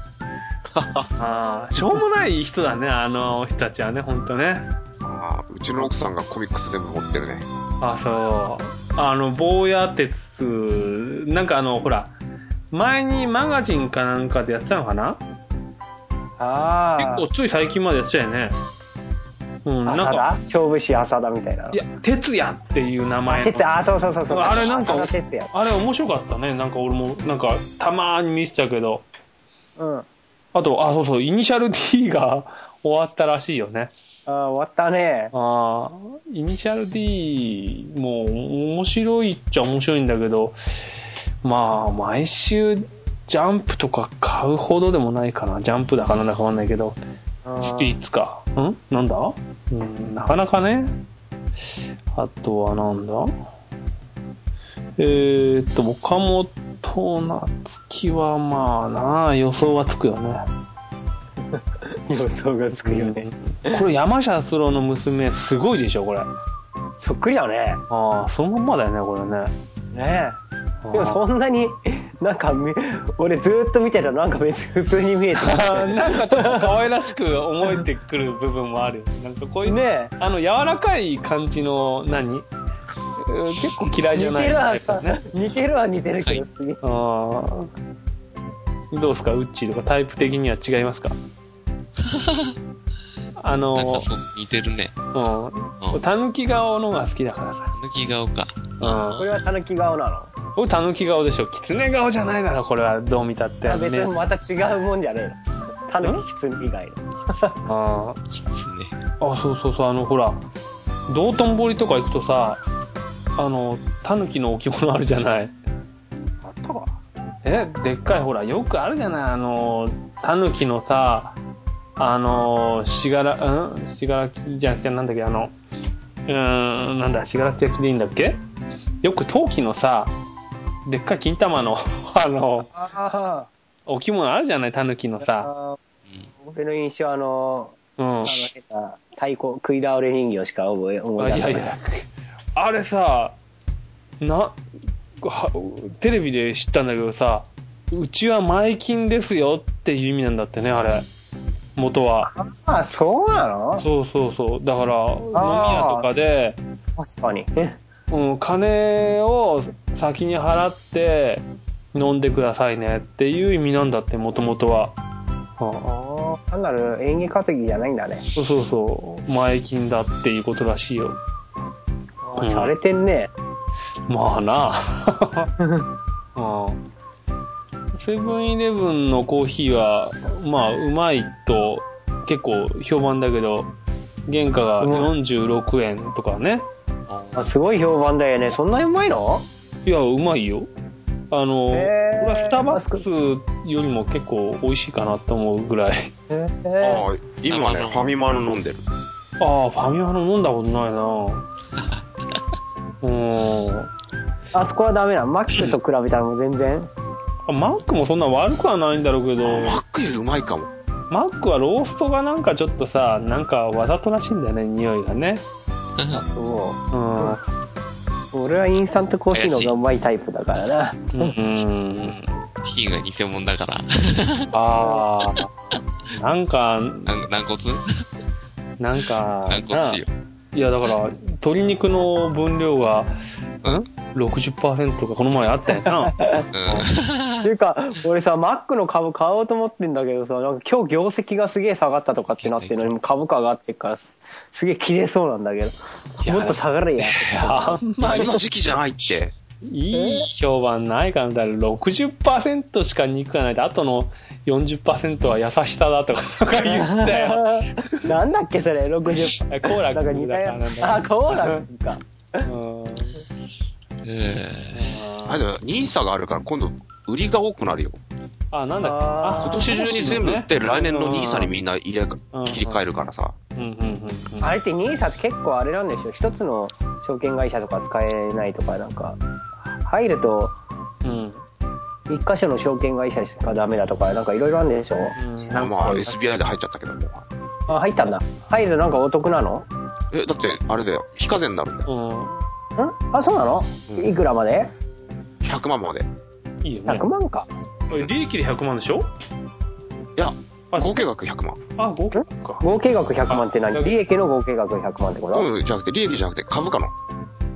あしょうもない人だねあの人たちはねほんとね。 あうちの奥さんがコミックス全部持ってるね。 あそうあの坊や鉄なんかあのほら前にマガジンかなんかでやってたのかな。 ああ。 結構つい最近までやってたよね。うん、なん浅田か。 勝負師浅田みたいな。 いや、哲也っていう名前の。 哲也、あ、そうそうそうそう。 あれなんか、 哲也。 あれ面白かったね。なんか俺も、なんか、たまーに見てたけど。 うん。あと、あ、そうそう、イニシャル D が終わったらしいよね。 ああ、終わったね。 ああ、イニシャル D も面白いっちゃ面白いんだけど、まあ、毎週ジャンプとか買うほどでもないかな。ジャンプだかなんだかわかんないけど、スピリッツか。んなんだうん、なかなかね。あとはなんだえーっと、岡本夏樹はまあなあ、予想はつくよね。 予想がつくよね。 これ山下達郎の娘すごいでしょ、これ。 そっくりだね。 ああ、そのまんまだよね、これね。 ねえ。でもそんなに、なんか、俺ずーっと見てたらなんか別に普通に見えてた。 なんかちょっと可愛らしく思えてくる部分もあるよ。なんかこういうね、 あの柔らかい感じの何結構嫌いじゃない、 似てるわ、ね、似てるは似てるけど、すげえ。 ああ。どうですか、ウッチーとかタイプ的には違いますか？あのなんかそう似てるね。 うん。たぬき顔のが好きだからさ。 たぬき顔か。 うん。これはたぬき顔なの？ これたぬき顔でしょ。きつね顔じゃないだろ、これはどう見たって。 別にまた違うもんじゃねえの。たぬききつね以外の。 ああ。 きつね。 あ、そうそうそう、あの、ほら、道頓堀とか行くとさ、あの、タヌキの置物あるじゃない。 あったわ。 え、でっかいほら、よくあるじゃない、あの、タヌキのさ、あの、しがら、うんしがらきじゃなくて、なんだっけ、あの、うーん、なんだ、しがらき焼きでいいんだっけ？よく陶器のさ、でっかい金玉の、あの、 あ置物あるじゃない、タヌキのさ。 あ、俺の印象あの、 うん。 あの、変な、太鼓、食い倒れ人形しか覚え、思い出せない。 いやいや、あれさ、な、はテレビで知ったんだけどさ、うちは前金ですよっていう意味なんだってね、あれ。元は。 ああ、そうなの？ そうそうそう。だから、飲み屋とかで、 確かに。 うん、金を先に払って飲んでくださいねっていう意味なんだって、もともとは。 ああ、単なる演技稼ぎじゃないんだね。 そうそうそう。前金だっていうことらしいよ。 あ、しゃれてんね。 まあな。うんセブンイレブンのコーヒーは、まあ、うまいと結構評判だけど、原価がよんじゅうろくえんとかね。 あ、すごい評判だよね。そんなにうまいの？ いや、うまいよ。あの、こへーれはスターバックスよりも結構美味しいかなと思うぐらい。 えああ、今ね、ファミマの飲んでる。 ああ、ファミマの飲んだことないなうーん。 あそこはダメなの？マックと比べたらもう全然。 マックもそんな悪くはないんだろうけど、 マックよりうまいかも。 マックはローストがなんかちょっとさ、なんかわざとらしいんだよね、匂いがね。 そうん。 う。俺はインスタントコーヒーの方がうまいタイプだからな。 うん。 チキンが偽物だから。 ああ。なんか、 なん軟骨なんか、 軟骨しよいやだから、鶏肉の分量が、ん ?ろくじゅっパーセント とかこの前あったよな。 うん。 っていうか、俺さ、マックの株買おうと思ってんだけどさ、なんか今日業績がすげえ下がったとかってなってるのに、株価上がってっから、すげえ切れそうなんだけど、もっと下がれや。 あんまり今時期じゃないって。 いい評判ないから、だから ろくじゅっパーセント しか肉がないで、あとの よんじゅっパーセント は優しさだとか言ったよ。 なんだっけそれ、ろくじゅっパーセント。 コーラなんか似たよ。あ、コーラか。 うんえあれだよ、ニーサがあるから今度売りが多くなるよ。 あ、なんだっけ。 ああ今年中に全部売って来年のニーサにみんな入れ、 うん切り替えるからさ。 うんうんうんうん。 あれってニーサって結構あれなんでしょ？一つの証券会社とか使えないとかなんか、入ると、 うん一箇所の証券会社しかダメだとか、なんかいろいろあるんでしょ？ うんなんかまあ エスビーアイ で入っちゃったけども。 あ、入ったんだ。入るとなんかお得なの？ え、だってあれだよ、非課税になるんだよ。 うんんあ、そうなの？ うんいくらまで？ ひゃくまんまで。 いいよね。 ひゃくまんか。 利益でひゃくまんでしょ？ いや、 あ合計額ひゃくまん。 あ、合計か。 合計額ひゃくまんってあ何？利益の合計額ひゃくまんってこと？ うん、じゃなくて、利益じゃなくて株価の。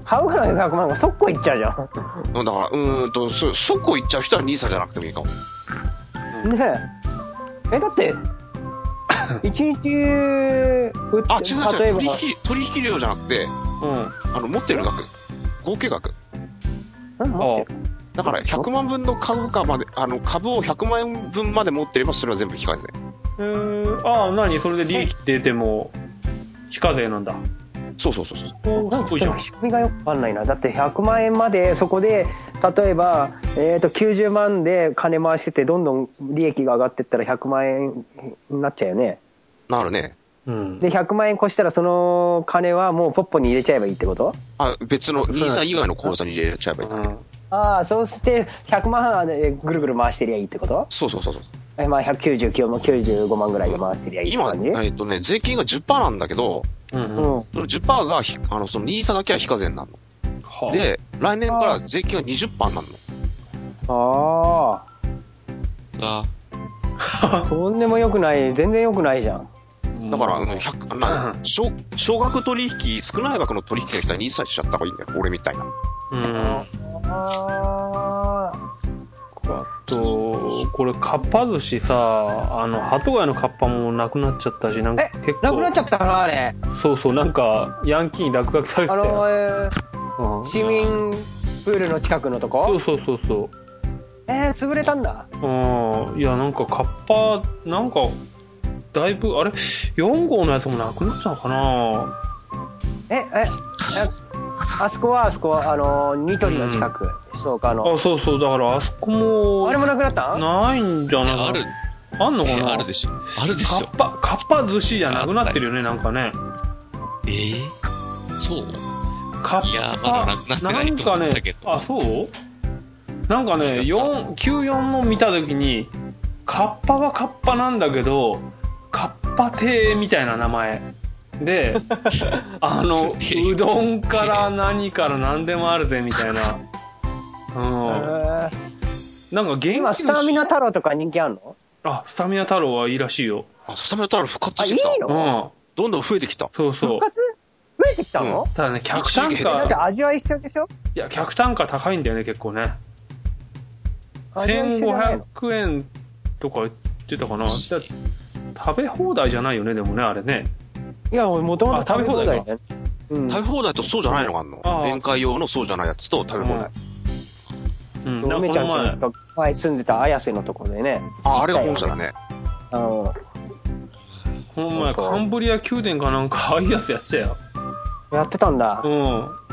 買うからひゃくまんが速攻いっちゃうじゃん。 だから、うーんと、そ、そこ行っちゃう人はニーサじゃなくてもいいかも。 ねえ。え、だって、一日、売って、 あ、違う違う、 例えば取引、取引量じゃなくて、 うん。 あの、持ってる額。合計額。 うん、持ってる。 だから、ひゃくまんぶんの株価まで、あの、株をひゃくまんえんぶんまで持ってれば、それは全部非課税。 えー、ああ、何それで利益出ても、非課税なんだ。 そうそうそうそう。 なんか仕組みがよくわかんないな。だってひゃくまんえんまでそこで、例えば、えっと、きゅうじゅうまんで金回してて、どんどん利益が上がってったらひゃくまんえんになっちゃうよね。 なるね。 うん。 で、ひゃくまんえん越したらその金はもうポッポに入れちゃえばいいってこと？ あ、別のニーサ以外の口座に入れちゃえばいい。 うん、 ああ、そうしてひゃくまんでぐるぐる回してりゃいいってこと？ そうそうそうそう。 え、まあひゃくきゅうじゅうきゅうもきゅうじゅうごまんぐらいで回してりゃいいって感じ？ 今、えっとね、税金が じゅっパーセント なんだけど、 うんうん、 その じゅっパーセント がひ、あの、そのニーサだけは非課税になるの。 はあ、 で、来年から税金が にじゅっパーセント になるあああ。とんでもよくない。全然よくないじゃん。 の。だから、うん、ひゃく、な、少、少額取引、少ない額の取引の人はニーサしちゃった方がいいんだよ。俺みたいな。 うん。 ああ。 あと、これ、かっぱ寿司さ、あの、鳩ヶ谷のカッパもなくなっちゃったし、なんか結構。 なくなっちゃったな、あれ。 そうそう、なんか、ヤンキーに落書きされてたよ。 あの、えうん、 ー、市民プールの近くのとこ？ そうそうそうそう。 えー、潰れたんだ。 うん。いや、なんか、カッパ、なんか、だいぶ、あれ、よん号のやつもなくなっちゃうのかな？ え、え、え、あそこはあそこ、あの、ニトリの近く。うんそうか、あの。 あ、そうそう、だからあそこも。 あれもなくなった？ ないんじゃないかな。 ある。 あんのかな、えー、あるでしょ。あるでしょ。 カッパ、カッパ寿司じゃなくなってるよね、なんかね。 えー、そうカッパ、 いや、まだなくなってないと思ったけど。 なんかね、あ、そうなんかね、よん、きゅうじゅうよんの見たときに、カッパはカッパなんだけど、カッパ亭みたいな名前。で、あの、うどんから何から何でもあるぜ、みたいな。うん、なんか元気今スタミナ太郎とか人気あるの？ あ、スタミナ太郎はいいらしいよ。 あ、スタミナ太郎復活してきた。 あ、いいの？ うん。 どんどん増えてきた。 そうそう。 復活？増えてきたの？ うん、ただね、客単価。 だって味は一緒でしょ？ いや、客単価高いんだよね、結構ね。せんごひゃくえんとか言ってたかな。じゃ食べ放題じゃないよね、でもね、あれね。 いや、もともと食べ放題だよ。 うん、食べ放題とそうじゃないのがあるの。宴会用のそうじゃないやつと食べ放題。 うん。梅ちゃんちの人前住んでた綾瀬のところでね。 あ、あれが本社だね。 うん。この前、カンブリア宮殿かなんか、ああいうやつやってたよ。 やってたんだ。 うん。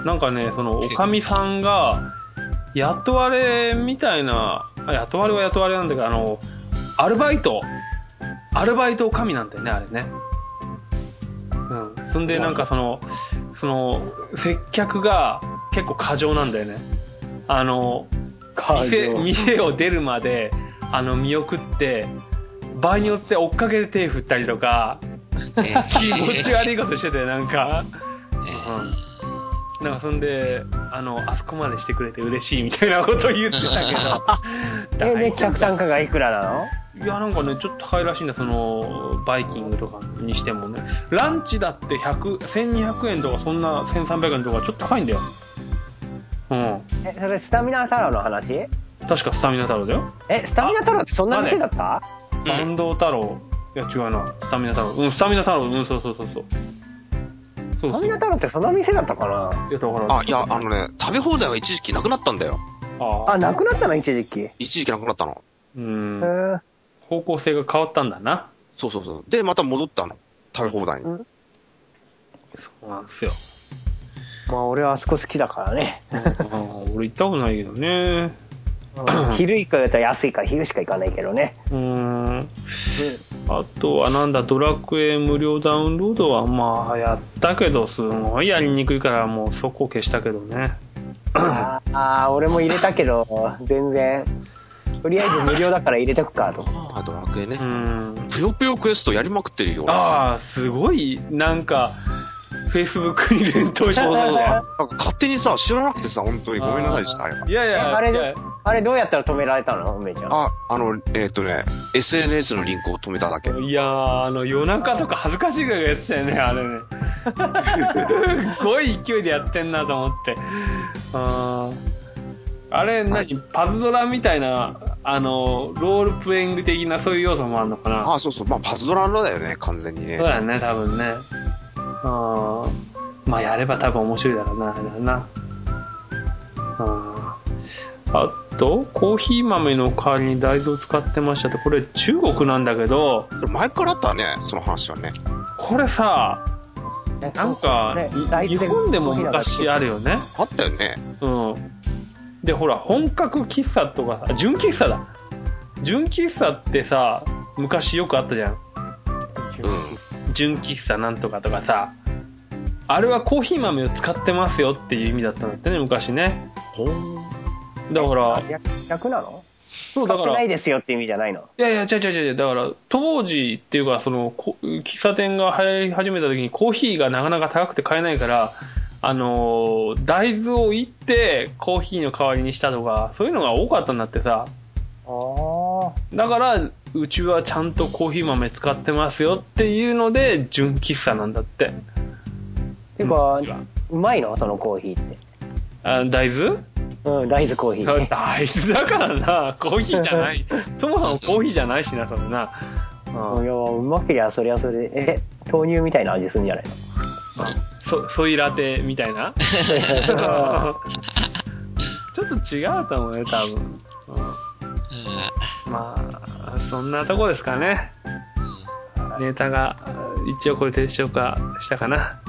なんかね、その、おかみさんが、雇われみたいな、雇われは雇われなんだけど、あの、アルバイト。アルバイトおかみなんだよね、あれね。うん。そんで、なんかその、その、接客が結構過剰なんだよね。あの、店、店を出るまで、あの、見送って、場合によって追っかけて手振ったりとか、気持ち悪いことしてて、なんか、うん。なんかそんで、あの、あそこまでしてくれて嬉しいみたいなことを言ってたけど。 え、で、客単価がいくらなの？ いや、なんかね、ちょっと高いらしいんだ、その、バイキングとかにしてもね。ランチだってひゃく、せんにひゃくえんとか、そんなせんさんびゃくえんとか、ちょっと高いんだよ。うん。 え、それスタミナ太郎の話？ 確かスタミナ太郎だよ。 え、スタミナ太郎ってそんな店だった？ バンド太郎。いや、違うな。スタミナ太郎。うん、スタミナ太郎。うん、そうそうそうそう。 スタミナ太郎ってそんな店だったかな？ いや、だから。 あ、いや、あのね、食べ放題は一時期なくなったんだよ。 ああ、なくなったの一時期。 一時期なくなったの。 うん。へー。方向性が変わったんだな。 そうそうそう。で、また戻ったの。食べ放題に。うん、 そうなんですよ。 まあ、俺はあそこ好きだからね。 俺行ったことないけどね。 昼行くやったら安いから昼しか行かないけどね。 うーん。あとはなんだ、ドラクエ無料ダウンロードはまあやったけど、すごいやりにくいからもう速攻消したけどね。 ああ、俺も入れたけど、全然。とりあえず無料だから入れとくかと。 ああ、ドラクエね。 うん。 ぷよぷよクエストやりまくってるよ。 ああ、すごい、なんか、Facebook に連投してる。なんか勝手にさ、知らなくてさ、本当にごめんなさいでした、あれは。 いやいや、 あれ、あれどうやったら止められたの梅ちゃん。 あ、あの、えっとね、エスエヌエス のリンクを止めただけ。 いやー、あの、夜中とか恥ずかしいぐらいやってたよね、あれね。 すごい勢いでやってんなと思って。ああれ何、はい、パズドラみたいな、あの、ロールプレイング的なそういう要素もあるのかな。 ああ、そうそう。まあ、パズドラのだよね、完全にね。 そうだよね、多分ね。あまあ、やれば多分面白いだろうな、あれだな。ああと、コーヒー豆の代わりに大豆を使ってましたって、これ中国なんだけど。 それ前からあったね、その話はね。 これさ、なんか、日本でも昔あるよね。 あったよね。 うん。で、ほら、本格喫茶とかさ、純喫茶だ。純喫茶ってさ、昔よくあったじゃん。うん。純喫茶なんとかとかさ、あれはコーヒー豆を使ってますよっていう意味だったんだってね、昔ね。 ほー。 だから、 逆なの？ そうだから。使ってないですよって意味じゃないの？ いやいや、違う違う違う。だから、当時っていうか、その、喫茶店が流行り始めた時にコーヒーがなかなか高くて買えないから、あのー、大豆をいってコーヒーの代わりにしたとか、そういうのが多かったんだってさ。 あだから、うちはちゃんとコーヒー豆使ってますよっていうので、純喫茶なんだって。 ていうか、うまいのそのコーヒーって。 あ、大豆？ うん、大豆コーヒー。 大豆だからな、コーヒーじゃない。そもそもコーヒーじゃないしな、それな。 うん、いや、うまけりゃそりゃそれで、え、豆乳みたいな味するんじゃないの？ そ、ソイラテみたいなちょっと違うと思うね、多分。うん、まあ、そんなとこですかね。ネタが一応これで消化したかな。